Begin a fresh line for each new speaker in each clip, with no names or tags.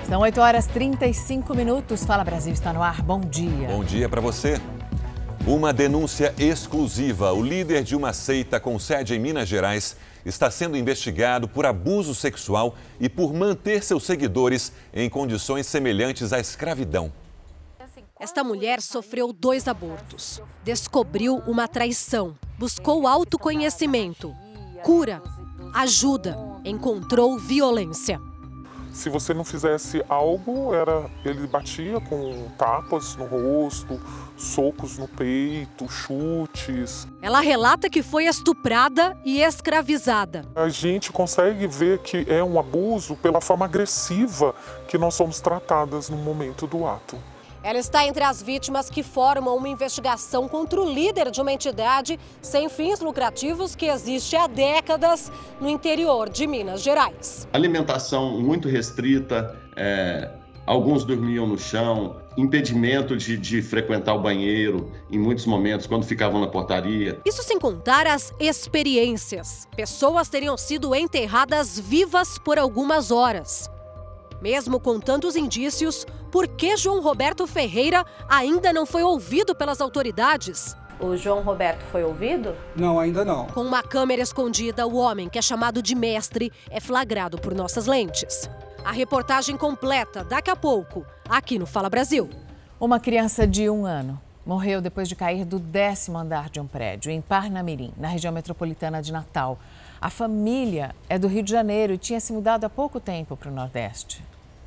São 8h35. Fala Brasil está no ar. Bom dia.
Bom dia para você. Uma denúncia exclusiva. O líder de uma seita com sede em Minas Gerais está sendo investigado por abuso sexual e por manter seus seguidores em condições semelhantes à escravidão.
Esta mulher sofreu 2 abortos, descobriu uma traição, buscou autoconhecimento, cura, ajuda, encontrou violência.
Se você não fizesse algo, ele batia com tapas no rosto, socos no peito, chutes.
Ela relata que foi estuprada e escravizada.
A gente consegue ver que é um abuso pela forma agressiva que nós somos tratadas no momento do ato.
Ela está entre as vítimas que formam uma investigação contra o líder de uma entidade sem fins lucrativos que existe há décadas no interior de Minas Gerais.
Alimentação muito restrita, alguns dormiam no chão, impedimento de frequentar o banheiro em muitos momentos quando ficavam na portaria.
Isso sem contar as experiências. Pessoas teriam sido enterradas vivas por algumas horas. Mesmo com tantos indícios, por que João Roberto Ferreira ainda não foi ouvido pelas autoridades?
O João Roberto foi ouvido?
Não, ainda não.
Com uma câmera escondida, o homem, que é chamado de mestre, é flagrado por nossas lentes. A reportagem completa daqui a pouco, aqui no Fala Brasil.
Uma criança de 1 ano morreu depois de cair do 10º andar de um prédio em Parnamirim, na região metropolitana de Natal. A família é do Rio de Janeiro e tinha se mudado há pouco tempo para o Nordeste.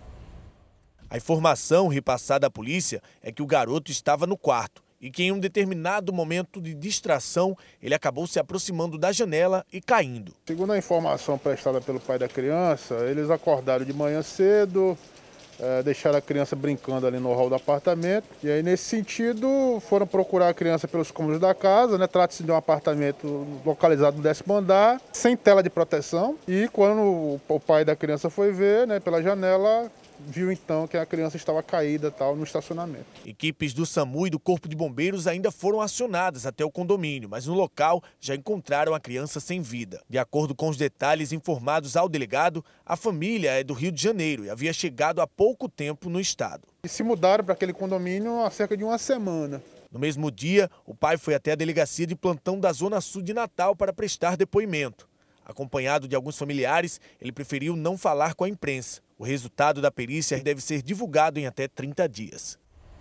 A informação repassada à polícia é que o garoto estava no quarto e que em um determinado momento de distração ele acabou se aproximando da janela e caindo.
Segundo a informação prestada pelo pai da criança, eles acordaram de manhã cedo, deixaram a criança brincando ali no hall do apartamento. E aí, nesse sentido, foram procurar a criança pelos cômodos da casa, né? Trata-se de um apartamento localizado no 10º andar, sem tela de proteção. E quando o pai da criança foi ver, né, pela janela, viu então que a criança estava caída no estacionamento.
Equipes do SAMU e do Corpo de Bombeiros ainda foram acionadas até o condomínio, mas no local já encontraram a criança sem vida. De acordo com os detalhes informados ao delegado, a família é do Rio de Janeiro e havia chegado há pouco tempo no estado.
E se mudaram para aquele condomínio há cerca de 1 semana.
No mesmo dia, o pai foi até a delegacia de plantão da Zona Sul de Natal para prestar depoimento. Acompanhado de alguns familiares, ele preferiu não falar com a imprensa. O resultado da perícia deve ser divulgado em até 30 dias.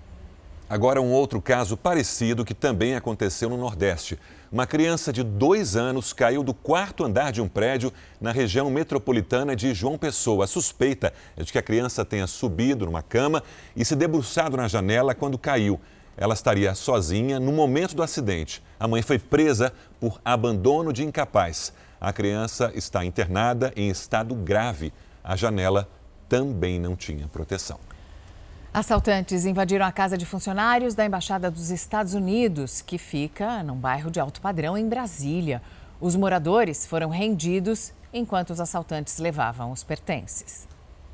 Agora um outro caso parecido que também aconteceu no Nordeste. Uma criança de 2 anos caiu do 4º andar de um prédio na região metropolitana de João Pessoa. A suspeita é de que a criança tenha subido numa cama e se debruçado na janela quando caiu. Ela estaria sozinha no momento do acidente. A mãe foi presa por abandono de incapaz. A criança está internada em estado grave. A janela também não tinha proteção.
Assaltantes invadiram a casa de funcionários da Embaixada dos Estados Unidos, que fica num bairro de alto padrão em Brasília. Os moradores foram rendidos enquanto os assaltantes levavam os pertences.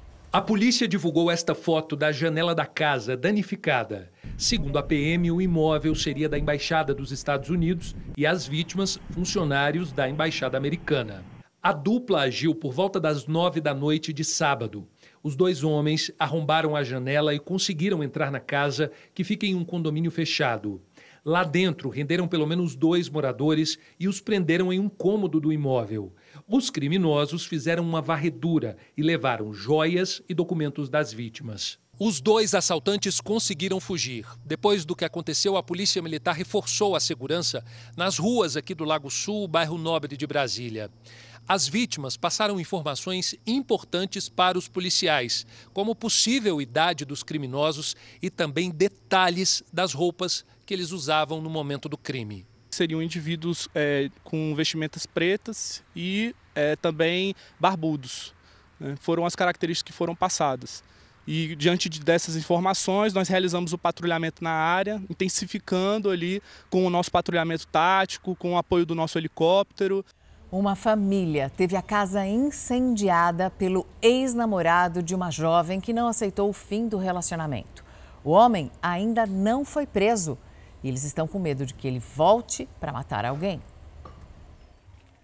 A polícia divulgou esta foto da janela da casa danificada. Segundo a PM, o imóvel seria da Embaixada dos Estados Unidos e as vítimas, funcionários da Embaixada Americana. A dupla agiu por volta das 9 da noite de sábado. Os 2 homens arrombaram a janela e conseguiram entrar na casa, que fica em um condomínio fechado. Lá dentro, renderam pelo menos 2 moradores e os prenderam em um cômodo do imóvel. Os criminosos fizeram uma varredura e levaram joias e documentos das vítimas. Os 2 assaltantes conseguiram fugir. Depois do que aconteceu, a Polícia Militar reforçou a segurança nas ruas aqui do Lago Sul, bairro Nobre de Brasília. As vítimas passaram informações importantes para os policiais, como possível idade dos criminosos e também detalhes das roupas que eles usavam no momento do crime.
Seriam indivíduos com vestimentas pretas e também barbudos, né? Foram as características que foram passadas. E diante dessas informações, nós realizamos o patrulhamento na área, intensificando ali com o nosso patrulhamento tático, com o apoio do nosso helicóptero.
Uma família teve a casa incendiada pelo ex-namorado de uma jovem que não aceitou o fim do relacionamento. O homem ainda não foi preso e eles estão com medo de que ele volte para matar alguém.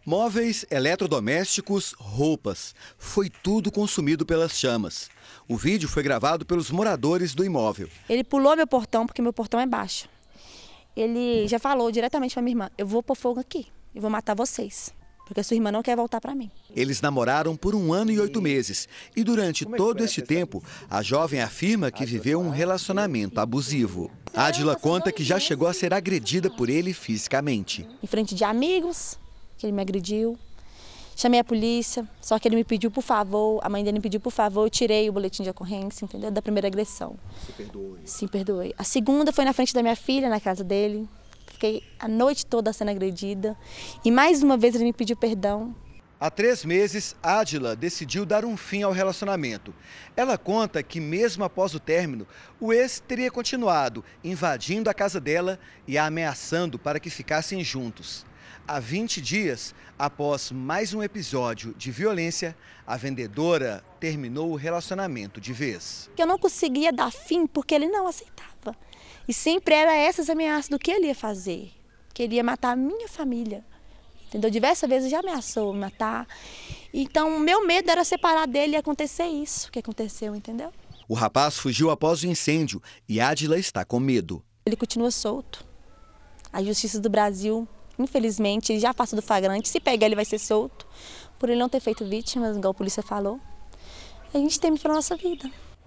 Móveis, eletrodomésticos, roupas. Foi tudo consumido pelas chamas. O vídeo foi gravado pelos moradores do imóvel.
Ele pulou meu portão, porque meu portão é baixo. Ele já falou diretamente para minha irmã: eu vou pôr fogo aqui, eu vou matar vocês, porque a sua irmã não quer voltar para mim.
Eles namoraram por 1 ano e 8 meses. E durante todo este tempo, a jovem afirma que viveu um relacionamento abusivo. Ádila conta que já chegou a ser agredida por ele fisicamente.
Em frente de amigos, que ele me agrediu. Chamei a polícia, só que ele me pediu por favor, a mãe dele me pediu por favor, eu tirei o boletim de ocorrência, entendeu? Da primeira agressão.
Você perdoou?
Sim, perdoei. A segunda foi na frente da minha filha, na casa dele. Fiquei a noite toda sendo agredida. E mais uma vez ele me pediu perdão.
Há 3 meses, Ádila decidiu dar um fim ao relacionamento. Ela conta que mesmo após o término, o ex teria continuado invadindo a casa dela e a ameaçando para que ficassem juntos. Há 20 dias, após mais um episódio de violência, a vendedora terminou o relacionamento de vez.
Eu não conseguia dar fim porque ele não aceitava. E sempre era essas ameaças do que ele ia fazer. Que ele ia matar a minha família. Entendeu? Diversas vezes já ameaçou me matar. Então, meu medo era separar dele e acontecer isso que aconteceu, entendeu?
O rapaz fugiu após o incêndio e Ádila está com medo.
Ele continua solto. A Justiça do Brasil, infelizmente, já passou do flagrante. Se pegar, ele vai ser solto. Por ele não ter feito vítimas, igual a polícia falou. A gente teme pela nossa vida.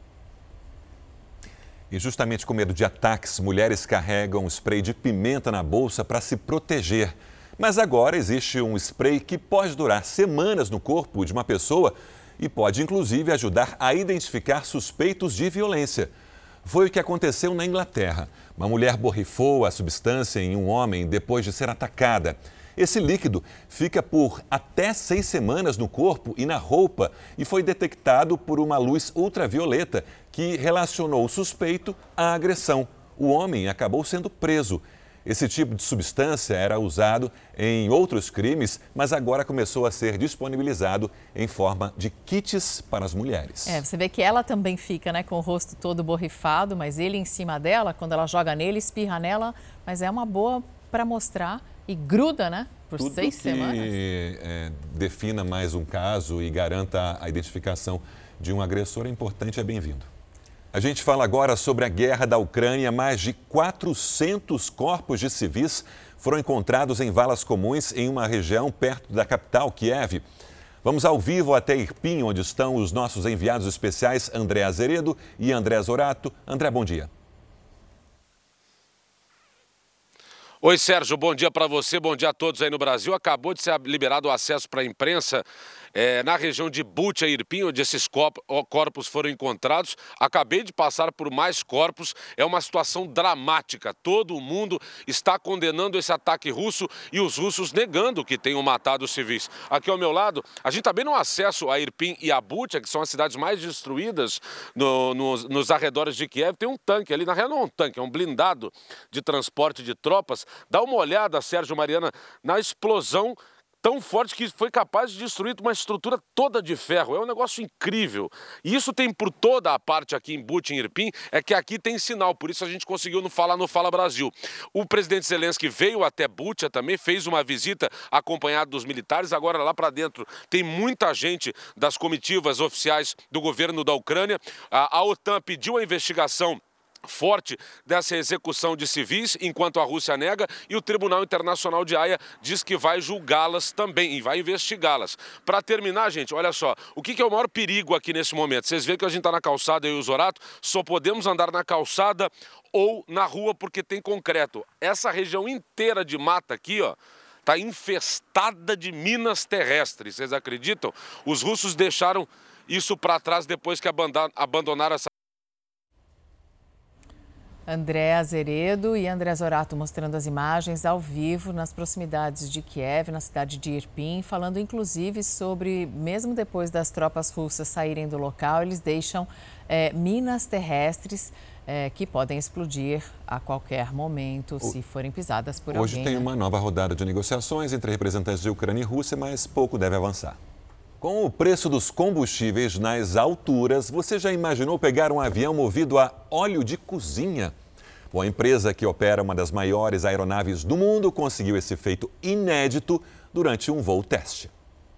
E justamente com medo de ataques, mulheres carregam spray de pimenta na bolsa para se proteger. Mas agora existe um spray que pode durar semanas no corpo de uma pessoa e pode inclusive ajudar a identificar suspeitos de violência. Foi o que aconteceu na Inglaterra. Uma mulher borrifou a substância em um homem depois de ser atacada. Esse líquido fica por até 6 semanas no corpo e na roupa e foi detectado por uma luz ultravioleta que relacionou o suspeito à agressão. O homem acabou sendo preso. Esse tipo de substância era usado em outros crimes, mas agora começou a ser disponibilizado em forma de kits para as mulheres.
Você vê que ela também fica, né, com o rosto todo borrifado, mas ele em cima dela, quando ela joga nele, espirra nela, mas é uma boa para mostrar e gruda, né, por 6 semanas.
Tudo que defina mais um caso e garanta a identificação de um agressor é importante, é bem-vindo. A gente fala agora sobre a guerra da Ucrânia. Mais de 400 corpos de civis foram encontrados em valas comuns em uma região perto da capital, Kiev. Vamos ao vivo até Irpin, onde estão os nossos enviados especiais, André Azeredo e André Zorato. André, bom dia.
Oi, Sérgio, bom dia para você, bom dia a todos aí no Brasil. Acabou de ser liberado o acesso para a imprensa na região de Bucha e Irpin, onde esses corpos foram encontrados. Acabei de passar por mais corpos, é uma situação dramática. Todo mundo está condenando esse ataque russo e os russos negando que tenham matado os civis. Aqui ao meu lado, a gente está bem no acesso a Irpin e a Bucha, que são as cidades mais destruídas nos arredores de Kiev. Tem um tanque ali, na real não é um tanque, é um blindado de transporte de tropas. Dá uma olhada, Sérgio, Mariana, na explosão tão forte que foi capaz de destruir uma estrutura toda de ferro. É um negócio incrível. E isso tem por toda a parte aqui em Bucha, em Irpin, é que aqui tem sinal. Por isso a gente conseguiu no Fala Brasil. O presidente Zelensky veio até Bucha também, fez uma visita acompanhado dos militares. Agora lá para dentro tem muita gente das comitivas oficiais do governo da Ucrânia. A OTAN pediu a investigação forte dessa execução de civis, enquanto a Rússia nega, e o Tribunal Internacional de Haia diz que vai julgá-las também e vai investigá-las. Para terminar, gente, olha só, o que é o maior perigo aqui nesse momento? Vocês veem que a gente está na calçada, eu e o Zorato, só podemos andar na calçada ou na rua porque tem concreto. Essa região inteira de mata aqui, ó, está infestada de minas terrestres, vocês acreditam? Os russos deixaram isso para trás depois que abandonaram essa...
André Azeredo e André Zorato mostrando as imagens ao vivo nas proximidades de Kiev, na cidade de Irpin, falando inclusive sobre, mesmo depois das tropas russas saírem do local, eles deixam minas terrestres que podem explodir a qualquer momento se forem pisadas por alguém.
Hoje tem uma nova rodada de negociações entre representantes de Ucrânia e Rússia, mas pouco deve avançar. Com o preço dos combustíveis nas alturas, você já imaginou pegar um avião movido a óleo de cozinha? Bom, a empresa que opera uma das maiores aeronaves do mundo conseguiu esse feito inédito durante um voo teste.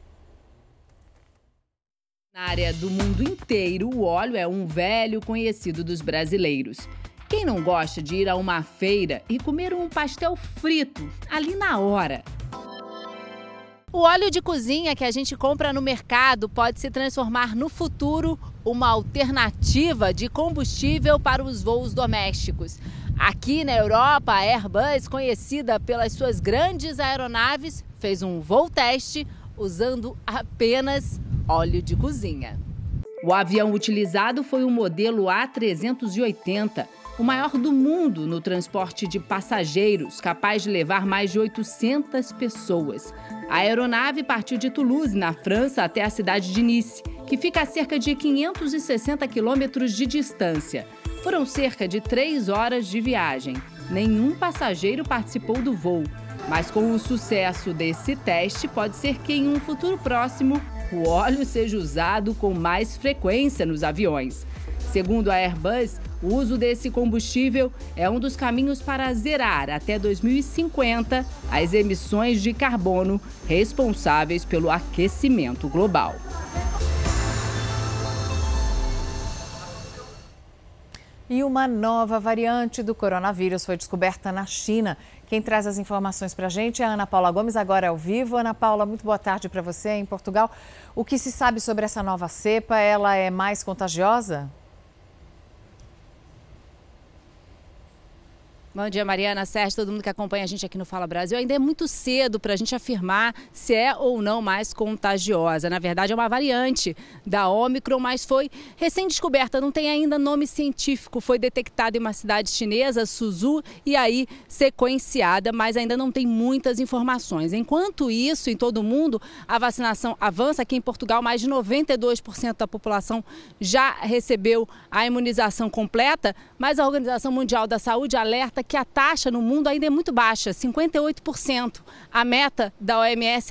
Na área do mundo inteiro, o óleo é um velho conhecido dos brasileiros. Quem não gosta de ir a uma feira e comer um pastel frito ali na hora?
O óleo de cozinha que a gente compra no mercado pode se transformar no futuro uma alternativa de combustível para os voos domésticos. Aqui na Europa, a Airbus, conhecida pelas suas grandes aeronaves, fez um voo teste usando apenas óleo de cozinha.
O avião utilizado foi o modelo A380, o maior do mundo no transporte de passageiros, capaz de levar mais de 800 pessoas. A aeronave partiu de Toulouse, na França, até a cidade de Nice, que fica a cerca de 560 quilômetros de distância. Foram cerca de 3 horas de viagem. Nenhum passageiro participou do voo. Mas com o sucesso desse teste, pode ser que em um futuro próximo o óleo seja usado com mais frequência nos aviões. Segundo a Airbus, o uso desse combustível é um dos caminhos para zerar até 2050 as emissões de carbono responsáveis pelo aquecimento global.
E uma nova variante do coronavírus foi descoberta na China. Quem traz as informações para a gente é a Ana Paula Gomes, agora ao vivo. Ana Paula, muito boa tarde para você em Portugal. O que se sabe sobre essa nova cepa? Ela é mais contagiosa?
Bom dia, Mariana, Sérgio, todo mundo que acompanha a gente aqui no Fala Brasil. Ainda é muito cedo para a gente afirmar se é ou não mais contagiosa. Na verdade, é uma variante da Ômicron, mas foi recém-descoberta, não tem ainda nome científico. Foi detectada em uma cidade chinesa, Suzhou, e aí sequenciada, mas ainda não tem muitas informações. Enquanto isso, em todo o mundo, a vacinação avança. Aqui em Portugal, mais de 92% da população já recebeu a imunização completa, mas a Organização Mundial da Saúde alerta que a taxa no mundo ainda é muito baixa, 58%. A meta da OMS é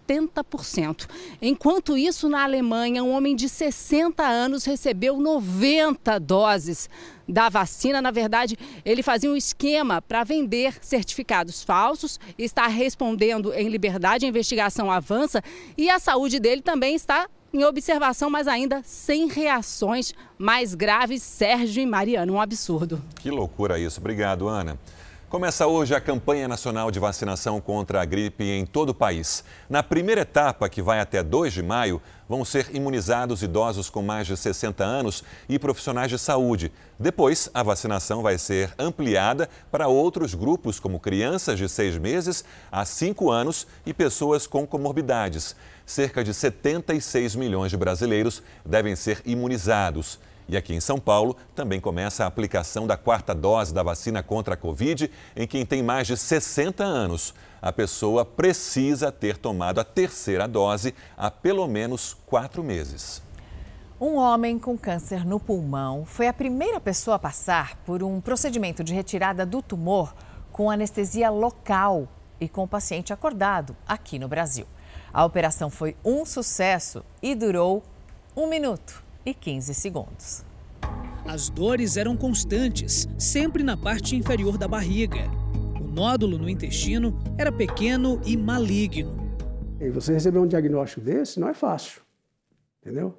70%. Enquanto isso, na Alemanha, um homem de 60 anos recebeu 90 doses da vacina. Na verdade, ele fazia um esquema para vender certificados falsos, está respondendo em liberdade, a investigação avança e a saúde dele também está em observação, mas ainda sem reações mais graves. Sérgio e Mariana, um absurdo.
Que loucura isso. Obrigado, Ana. Começa hoje a campanha nacional de vacinação contra a gripe em todo o país. Na primeira etapa, que vai até 2 de maio, vão ser imunizados idosos com mais de 60 anos e profissionais de saúde. Depois, a vacinação vai ser ampliada para outros grupos, como crianças de 6 meses a 5 anos e pessoas com comorbidades. Cerca de 76 milhões de brasileiros devem ser imunizados. E aqui em São Paulo também começa a aplicação da 4ª dose da vacina contra a Covid em quem tem mais de 60 anos. A pessoa precisa ter tomado a 3ª dose há pelo menos 4 meses.
Um homem com câncer no pulmão foi a primeira pessoa a passar por um procedimento de retirada do tumor com anestesia local e com o paciente acordado aqui no Brasil. A operação foi um sucesso e durou 1 minuto e 15 segundos.
As dores eram constantes, sempre na parte inferior da barriga. O nódulo no intestino era pequeno e maligno.
E você receber um diagnóstico desse não é fácil, entendeu?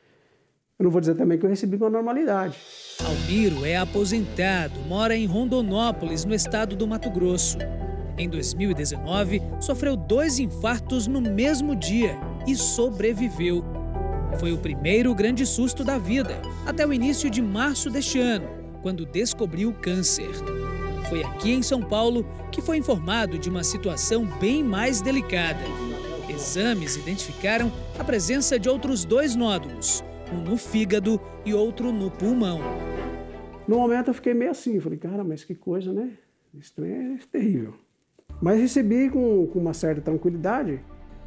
Eu não vou dizer também que eu recebi uma normalidade.
Almiro é aposentado, mora em Rondonópolis, no estado do Mato Grosso. Em 2019, sofreu 2 infartos no mesmo dia e sobreviveu. Foi o primeiro grande susto da vida, até o início de março deste ano, quando descobriu câncer. Foi aqui em São Paulo que foi informado de uma situação bem mais delicada. Exames identificaram a presença de outros 2 nódulos, um no fígado e outro no pulmão.
No momento eu fiquei meio assim, falei, cara, mas que coisa, né? Isso é terrível. Mas recebi com uma certa tranquilidade,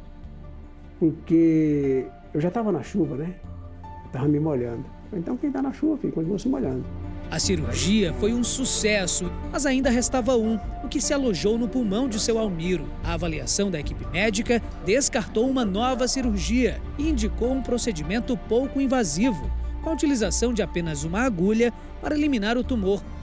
porque eu já estava na chuva, né? Eu estava me molhando. Então quem está na chuva, filho, continua se molhando.
A cirurgia foi um sucesso, mas ainda restava o que se alojou no pulmão de seu Almiro. A avaliação da equipe médica descartou uma nova cirurgia e indicou um procedimento pouco invasivo, com a utilização de apenas uma agulha para eliminar o tumor,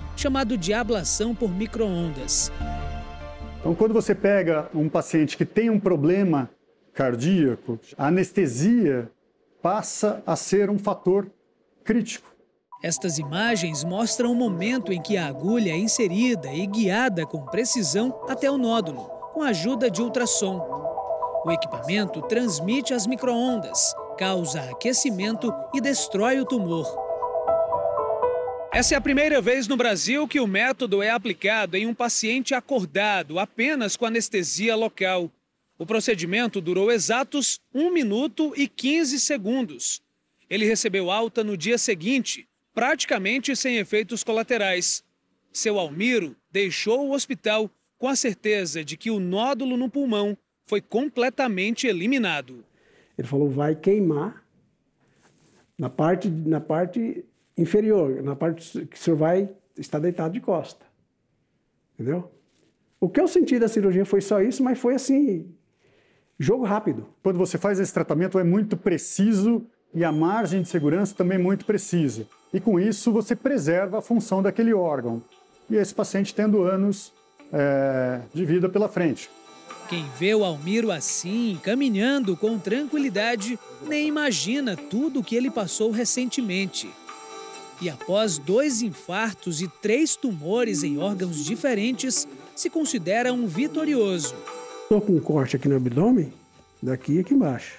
chamado de ablação por micro-ondas.
Então, quando você pega um paciente que tem um problema cardíaco, a anestesia passa a ser um fator crítico.
Estas imagens mostram o momento em que a agulha é inserida e guiada com precisão até o nódulo, com a ajuda de ultrassom. O equipamento transmite as micro-ondas, causa aquecimento e destrói o tumor. Essa é a primeira vez no Brasil que o método é aplicado em um paciente acordado, apenas com anestesia local. O procedimento durou exatos 1 minuto e 15 segundos. Ele recebeu alta no dia seguinte, praticamente sem efeitos colaterais. Seu Almiro deixou o hospital com a certeza de que o nódulo no pulmão foi completamente eliminado.
Ele falou, vai queimar na parte inferior, na parte que o senhor vai estar deitado de costa. Entendeu? O que eu senti da cirurgia foi só isso, mas foi assim, jogo rápido.
Quando você faz esse tratamento é muito preciso e a margem de segurança também é muito precisa. E com isso você preserva a função daquele órgão. E esse paciente tendo anos de vida pela frente.
Quem vê o Almiro assim, caminhando com tranquilidade, nem imagina tudo o que ele passou recentemente. E após 2 infartos e 3 tumores em órgãos diferentes, se considera um vitorioso.
Estou com um corte aqui no abdômen, daqui e aqui embaixo.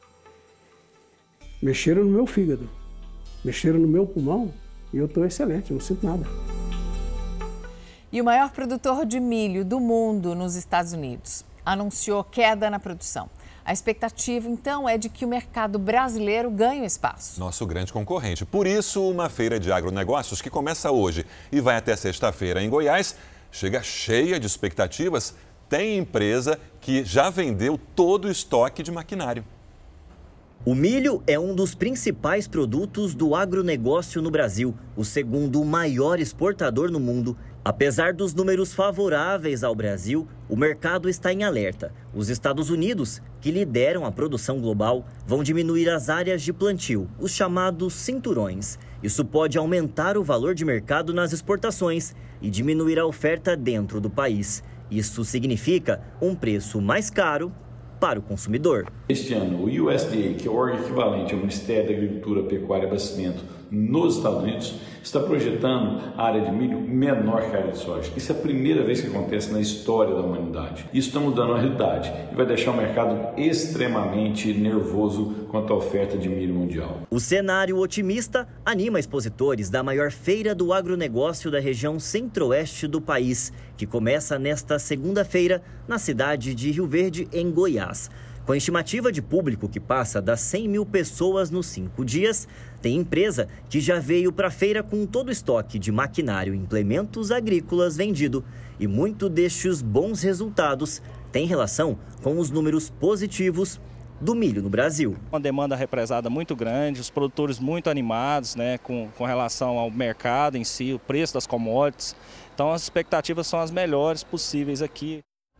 Mexeram no meu fígado, mexeram no meu pulmão e eu estou excelente, não sinto nada.
E o maior produtor de milho do mundo nos Estados Unidos anunciou queda na produção. A expectativa, então, é de que o mercado brasileiro ganhe espaço.
Nosso grande concorrente. Por isso, uma feira de agronegócios que começa hoje e vai até sexta-feira em Goiás, chega cheia de expectativas. Tem empresa que já vendeu todo o estoque de maquinário.
O milho é um dos principais produtos do agronegócio no Brasil, o segundo maior exportador no mundo. Apesar dos números favoráveis ao Brasil, o mercado está em alerta. Os Estados Unidos, que lideram a produção global, vão diminuir as áreas de plantio, os chamados cinturões. Isso pode aumentar o valor de mercado nas exportações e diminuir a oferta dentro do país. Isso significa um preço mais caro para o consumidor.
Este ano, o USDA, que é o órgão equivalente ao Ministério da Agricultura, Pecuária e Abastecimento nos Estados Unidos, está projetando a área de milho menor que a área de soja. Isso é a primeira vez que acontece na história da humanidade. Isso está mudando a realidade e vai deixar o mercado extremamente nervoso quanto à oferta de milho mundial.
O cenário otimista anima expositores da maior feira do agronegócio da região centro-oeste do país, que começa nesta segunda-feira na cidade de Rio Verde, em Goiás. Com a estimativa de público que passa das 100 mil pessoas nos 5 dias, tem empresa que já veio para a feira com todo o estoque de maquinário e implementos agrícolas vendido. E muito destes bons resultados tem relação com os números positivos do milho no Brasil.
Uma demanda represada muito grande, os produtores muito animados, com relação ao mercado em si, o preço das commodities. Então as expectativas são as melhores possíveis aqui.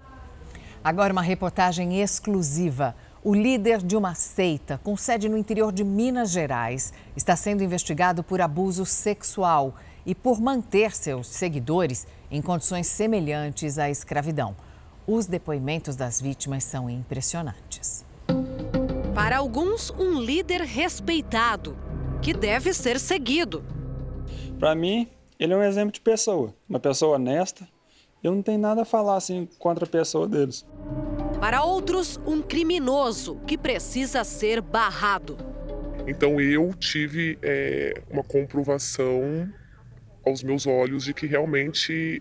Agora uma reportagem exclusiva. O líder de uma seita com sede no interior de Minas Gerais está sendo investigado por abuso sexual e por manter seus seguidores em condições semelhantes à escravidão. Os depoimentos das vítimas são impressionantes.
Para alguns, um líder respeitado, que deve ser seguido.
Para mim, ele é um exemplo de pessoa, uma pessoa honesta. Eu não tenho nada a falar assim contra a pessoa deles.
Para outros, um criminoso que precisa ser barrado.
Então eu tive uma comprovação aos meus olhos de que realmente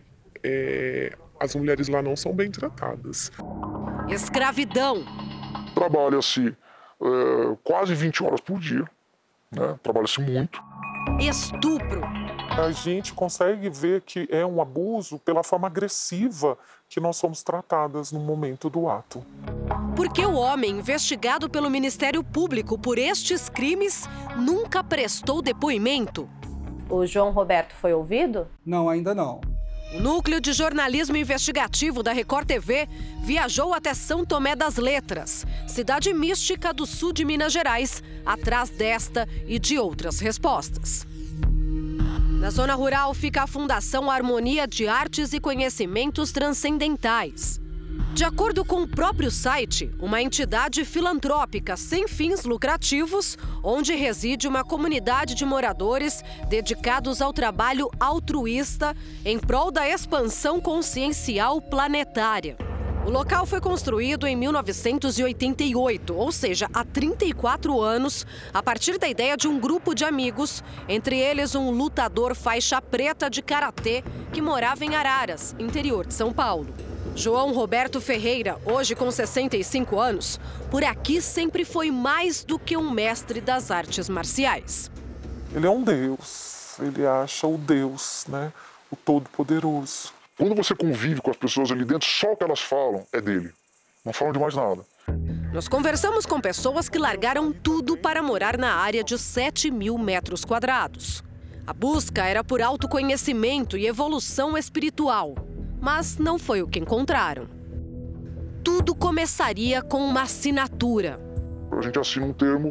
as mulheres lá não são bem tratadas.
Escravidão.
Trabalha-se quase 20 horas por dia, né? Trabalha-se muito.
Estupro.
A gente consegue ver que é um abuso pela forma agressiva que nós somos tratadas no momento do ato.
Porque o homem investigado pelo Ministério Público por estes crimes nunca prestou depoimento.
O João Roberto foi ouvido?
Não, ainda não.
O Núcleo de Jornalismo Investigativo da Record TV viajou até São Tomé das Letras, cidade mística do sul de Minas Gerais, atrás desta e de outras respostas. Na zona rural fica a Fundação Harmonia de Artes e Conhecimentos Transcendentais. De acordo com o próprio site, uma entidade filantrópica sem fins lucrativos, onde reside uma comunidade de moradores dedicados ao trabalho altruísta em prol da expansão consciencial planetária. O local foi construído em 1988, ou seja, há 34 anos, a partir da ideia de um grupo de amigos, entre eles um lutador faixa preta de karatê que morava em Araras, interior de São Paulo. João Roberto Ferreira, hoje com 65 anos, por aqui sempre foi mais do que um mestre das artes marciais.
Ele é um deus, ele acha o Deus, né? O Todo-Poderoso.
Quando você convive com as pessoas ali dentro, só o que elas falam é dele. Não falam de mais nada.
Nós conversamos com pessoas que largaram tudo para morar na área de 7.000 metros quadrados. A busca era por autoconhecimento e evolução espiritual. Mas não foi o que encontraram. Tudo começaria com uma assinatura.
A gente assina um termo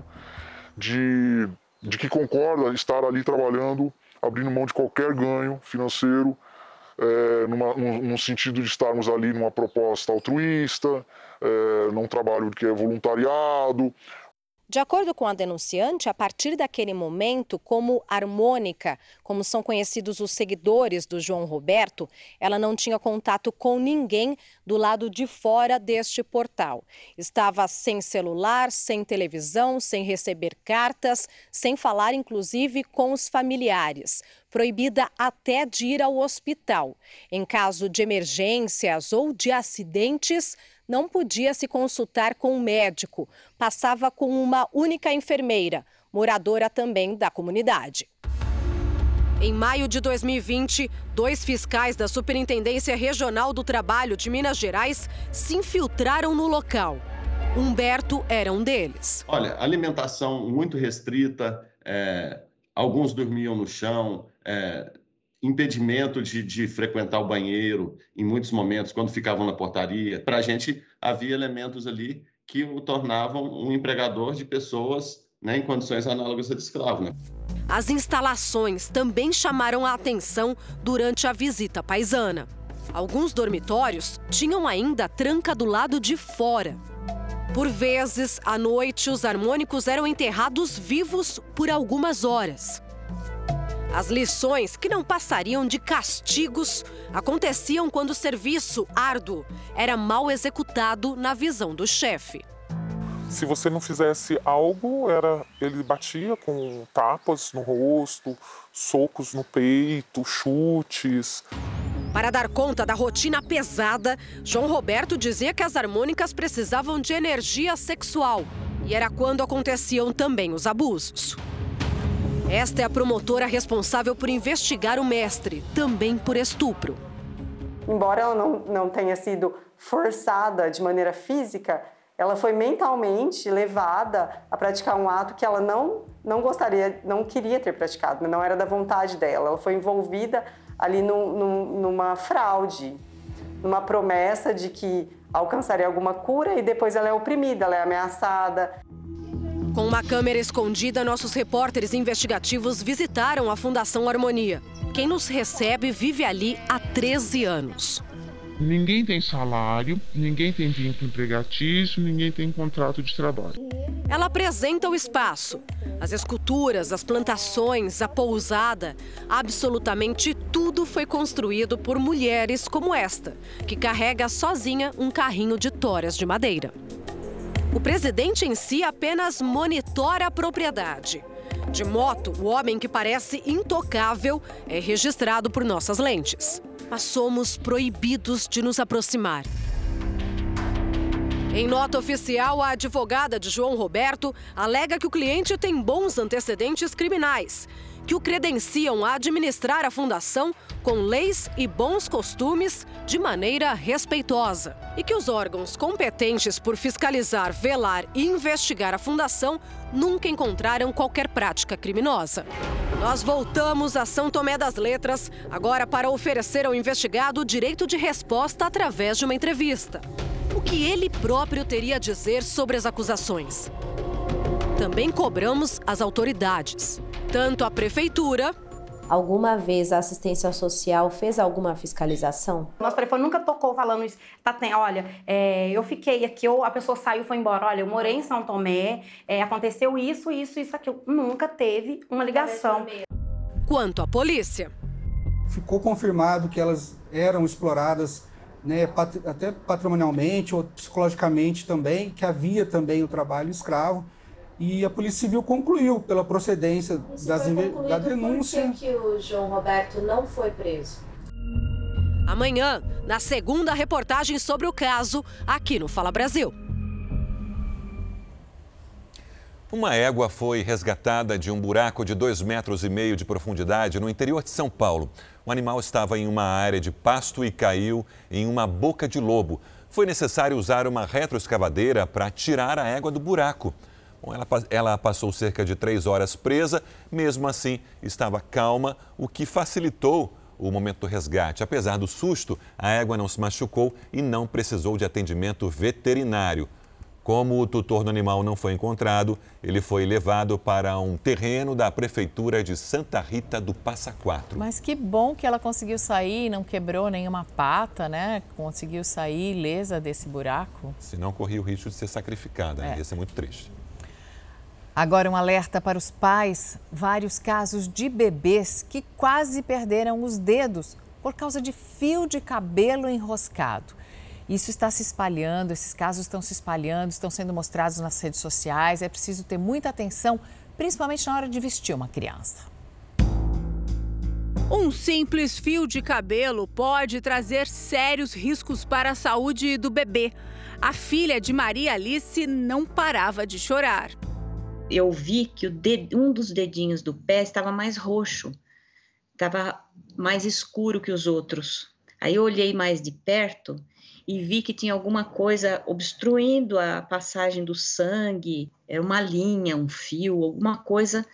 de que concorda estar ali trabalhando, abrindo mão de qualquer ganho financeiro, num sentido de estarmos ali numa proposta altruísta, num trabalho que é voluntariado.
De acordo com a denunciante, a partir daquele momento, como harmônica, como são conhecidos os seguidores do João Roberto, ela não tinha contato com ninguém do lado de fora deste portal. Estava sem celular, sem televisão, sem receber cartas, sem falar inclusive com os familiares. Proibida até de ir ao hospital. Em caso de emergências ou de acidentes, não podia se consultar com um médico. Passava com uma única enfermeira, moradora também da comunidade.
Em maio de 2020, 2 fiscais da Superintendência Regional do Trabalho de Minas Gerais se infiltraram no local. Humberto era um deles.
Olha, alimentação muito restrita, alguns dormiam no chão, impedimento de frequentar o banheiro em muitos momentos, quando ficavam na portaria. Para a gente, havia elementos ali que o tornavam um empregador de pessoas, né, em condições análogas a de escravo. Né?
As instalações também chamaram a atenção durante a visita paisana. Alguns dormitórios tinham ainda tranca do lado de fora. Por vezes, à noite, os harmônicos eram enterrados vivos por algumas horas. As lições, que não passariam de castigos, aconteciam quando o serviço árduo era mal executado na visão do chefe.
Se você não fizesse algo, ele batia com tapas no rosto, socos no peito, chutes.
Para dar conta da rotina pesada, João Roberto dizia que as harmônicas precisavam de energia sexual. E era quando aconteciam também os abusos. Esta é a promotora responsável por investigar o mestre, também por estupro.
Embora ela não tenha sido forçada de maneira física, ela foi mentalmente levada a praticar um ato que ela não gostaria, não queria ter praticado, não era da vontade dela. Ela foi envolvida ali numa fraude, numa promessa de que alcançaria alguma cura e depois ela é oprimida, ela é ameaçada.
Com uma câmera escondida, nossos repórteres investigativos visitaram a Fundação Harmonia. Quem nos recebe vive ali há 13 anos.
Ninguém tem salário, ninguém tem vínculo empregatício, ninguém tem contrato de trabalho.
Ela apresenta o espaço, as esculturas, as plantações, a pousada. Absolutamente tudo foi construído por mulheres como esta, que carrega sozinha um carrinho de toras de madeira. O presidente em si apenas monitora a propriedade. De moto, o homem que parece intocável é registrado por nossas lentes. Mas somos proibidos de nos aproximar. Em nota oficial, a advogada de João Roberto alega que o cliente tem bons antecedentes criminais, que o credenciam a administrar a fundação com leis e bons costumes de maneira respeitosa e que os órgãos competentes por fiscalizar, velar e investigar a fundação nunca encontraram qualquer prática criminosa. Nós voltamos a São Tomé das Letras, agora para oferecer ao investigado o direito de resposta através de uma entrevista. O que ele próprio teria a dizer sobre as acusações? Também cobramos as autoridades, tanto a prefeitura
Alguma vez a assistência social fez alguma fiscalização?
Nosso telefone nunca tocou falando isso. Olha, eu fiquei aqui, ou a pessoa saiu e foi embora. Olha, eu morei em São Tomé, aconteceu isso, aquilo. Nunca teve uma ligação.
Quanto à polícia.
Ficou confirmado que elas eram exploradas, né, até patrimonialmente ou psicologicamente também, que havia também o trabalho escravo. E a Polícia Civil concluiu pela procedência da denúncia.
Por que o João Roberto não foi preso?
Amanhã, na segunda reportagem sobre o caso, aqui no Fala Brasil.
Uma égua foi resgatada de um buraco de 2,5 metros de profundidade no interior de São Paulo. O animal estava em uma área de pasto e caiu em uma boca de lobo. Foi necessário usar uma retroescavadeira para tirar a égua do buraco. Bom, ela passou cerca de 3 horas presa, mesmo assim estava calma, o que facilitou o momento do resgate. Apesar do susto, a égua não se machucou e não precisou de atendimento veterinário. Como o tutor do animal não foi encontrado, ele foi levado para um terreno da Prefeitura de Santa Rita do Passa Quatro.
Mas que bom que ela conseguiu sair, não quebrou nenhuma pata, né? Conseguiu sair ilesa desse buraco.
Senão corria o risco de ser sacrificada, né? Ia ser muito triste.
Agora um alerta para os pais. Vários casos de bebês que quase perderam os dedos por causa de fio de cabelo enroscado. Isso está se espalhando, esses casos estão se espalhando, estão sendo mostrados nas redes sociais. É preciso ter muita atenção, principalmente na hora de vestir uma criança.
Um simples fio de cabelo pode trazer sérios riscos para a saúde do bebê. A filha de Maria Alice não parava de chorar.
Eu vi que um dos dedinhos do pé estava mais roxo, estava mais escuro que os outros. Aí eu olhei mais de perto e vi que tinha alguma coisa obstruindo a passagem do sangue, era uma linha, um fio, alguma coisa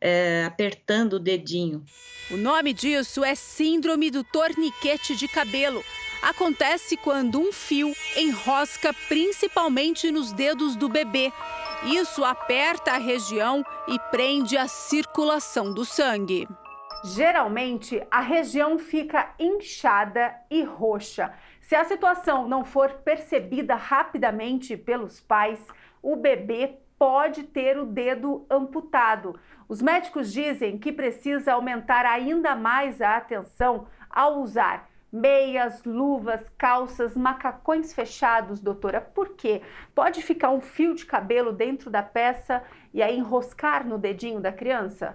apertando o dedinho.
O nome disso é síndrome do torniquete de cabelo. Acontece quando um fio enrosca principalmente nos dedos do bebê. Isso aperta a região e prende a circulação do sangue.
Geralmente, a região fica inchada e roxa. Se a situação não for percebida rapidamente pelos pais, o bebê pode ter o dedo amputado. Os médicos dizem que precisa aumentar ainda mais a atenção ao usar meias, luvas, calças, macacões fechados, doutora. Por quê? Pode ficar um fio de cabelo dentro da peça e aí enroscar no dedinho da criança?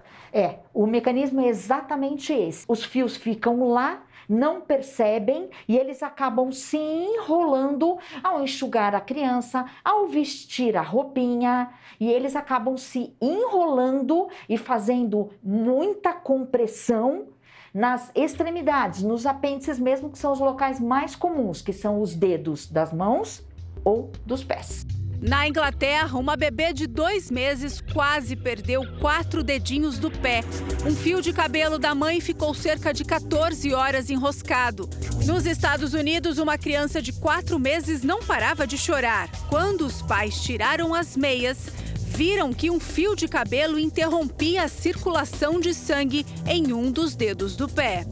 O mecanismo é exatamente esse. Os fios ficam lá, não percebem e eles acabam se enrolando ao enxugar a criança, ao vestir a roupinha, e eles acabam se enrolando e fazendo muita compressão nas extremidades, nos apêndices mesmo, que são os locais mais comuns, que são os dedos das mãos ou dos pés.
Na Inglaterra, uma bebê de 2 meses quase perdeu 4 dedinhos do pé. Um fio de cabelo da mãe ficou cerca de 14 horas enroscado. Nos Estados Unidos, uma criança de 4 meses não parava de chorar. Quando os pais tiraram as meias, viram que um fio de cabelo interrompia a circulação de sangue em um dos dedos do pé.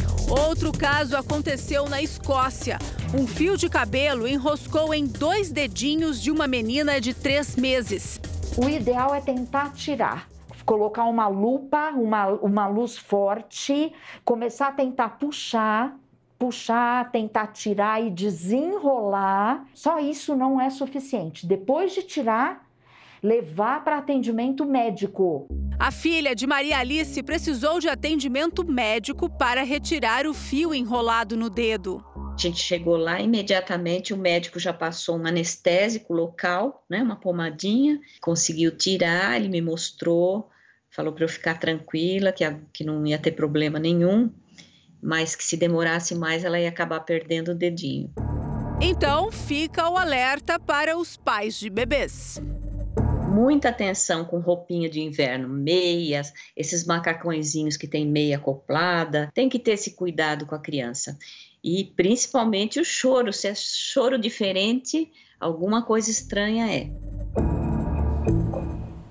Outro caso aconteceu na Escócia. Um fio de cabelo enroscou em 2 dedinhos de uma menina de 3 meses.
O ideal é tentar tirar, colocar uma lupa, uma luz forte, começar a tentar puxar, tentar tirar e desenrolar. Só isso não é suficiente. Depois de tirar, levar para atendimento médico.
A filha de Maria Alice precisou de atendimento médico para retirar o fio enrolado no dedo.
A gente chegou lá, imediatamente o médico já passou um anestésico local, né, uma pomadinha, conseguiu tirar, ele me mostrou, falou para eu ficar tranquila, que não ia ter problema nenhum, mas que se demorasse mais ela ia acabar perdendo o dedinho.
Então fica o alerta para os pais de bebês.
Muita atenção com roupinha de inverno, meias, esses macacõezinhos que tem meia acoplada. Tem que ter esse cuidado com a criança. E principalmente o choro. Se é choro diferente, alguma coisa estranha é.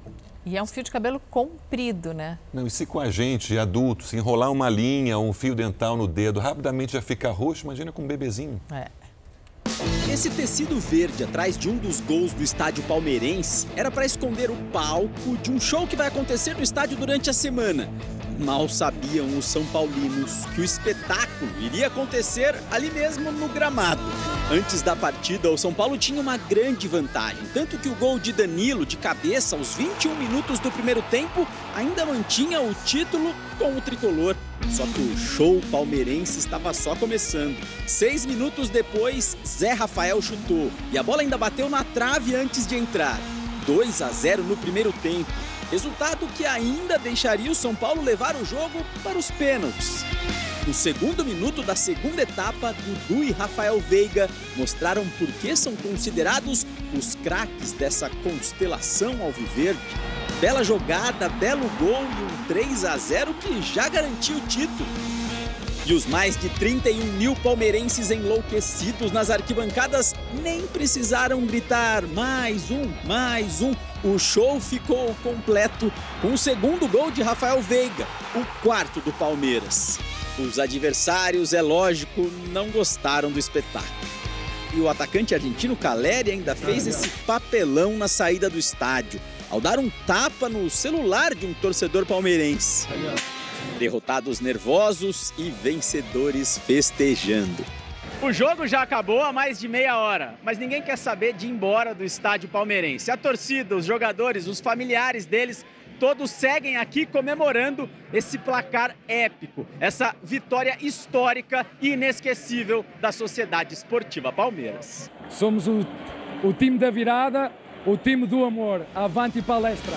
E é um fio de cabelo comprido, né?
Não, e se com a gente, adulto, se enrolar uma linha ou um fio dental no dedo, rapidamente já fica roxo, imagina com um bebezinho.
Esse tecido verde atrás de um dos gols do estádio palmeirense era para esconder o palco de um show que vai acontecer no estádio durante a semana. Mal sabiam os são paulinos que o espetáculo iria acontecer ali mesmo no gramado. Antes da partida, o São Paulo tinha uma grande vantagem, tanto que o gol de Danilo de cabeça aos 21 minutos do primeiro tempo ainda mantinha o título com o tricolor. Só que o show palmeirense estava só começando. 6 minutos depois, Zé Rafael chutou e a bola ainda bateu na trave antes de entrar. 2-0 no primeiro tempo. Resultado que ainda deixaria o São Paulo levar o jogo para os pênaltis. No segundo minuto da segunda etapa, Dudu e Rafael Veiga mostraram por que são considerados os craques dessa constelação alviverde. Bela jogada, belo gol e um 3-0 que já garantiu o título. E os mais de 31 mil palmeirenses enlouquecidos nas arquibancadas nem precisaram gritar mais um, mais um. O show ficou completo com o segundo gol de Rafael Veiga, o quarto do Palmeiras. Os adversários, é lógico, não gostaram do espetáculo. E o atacante argentino Caleri ainda fez esse papelão na saída do estádio, ao dar um tapa no celular de um torcedor palmeirense. Derrotados nervosos e vencedores festejando.
O jogo já acabou há mais de meia hora, mas ninguém quer saber de ir embora do estádio palmeirense. A torcida, os jogadores, os familiares deles, todos seguem aqui comemorando esse placar épico, essa vitória histórica e inesquecível da Sociedade Esportiva Palmeiras.
Somos o time da virada, o time do amor. Avante palestra!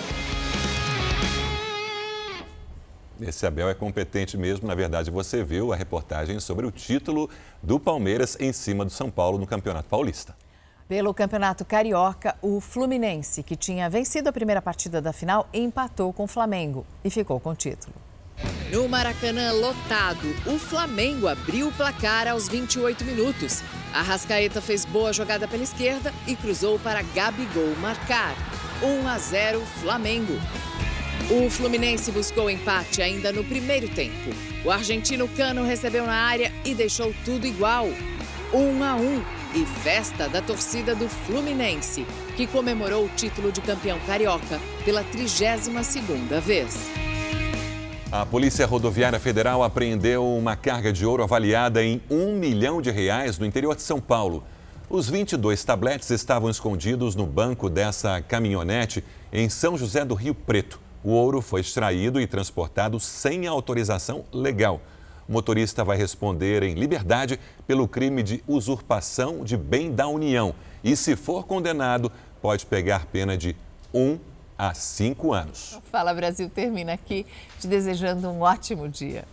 Esse Abel é competente mesmo. Na verdade, você viu a reportagem sobre o título do Palmeiras em cima do São Paulo no Campeonato Paulista.
Pelo Campeonato Carioca, o Fluminense, que tinha vencido a primeira partida da final, empatou com o Flamengo e ficou com o título.
No Maracanã lotado, o Flamengo abriu o placar aos 28 minutos. Arrascaeta fez boa jogada pela esquerda e cruzou para Gabigol marcar. 1-0 Flamengo. O Fluminense buscou empate ainda no primeiro tempo. O argentino Cano recebeu na área e deixou tudo igual. 1-1 e festa da torcida do Fluminense, que comemorou o título de campeão carioca pela 32ª vez.
A Polícia Rodoviária Federal apreendeu uma carga de ouro avaliada em R$1 milhão no interior de São Paulo. Os 22 tabletes estavam escondidos no banco dessa caminhonete em São José do Rio Preto. O ouro foi extraído e transportado sem autorização legal. O motorista vai responder em liberdade pelo crime de usurpação de bem da União. E, se for condenado, pode pegar pena de 1 a 5 anos.
Fala Brasil termina aqui te desejando um ótimo dia.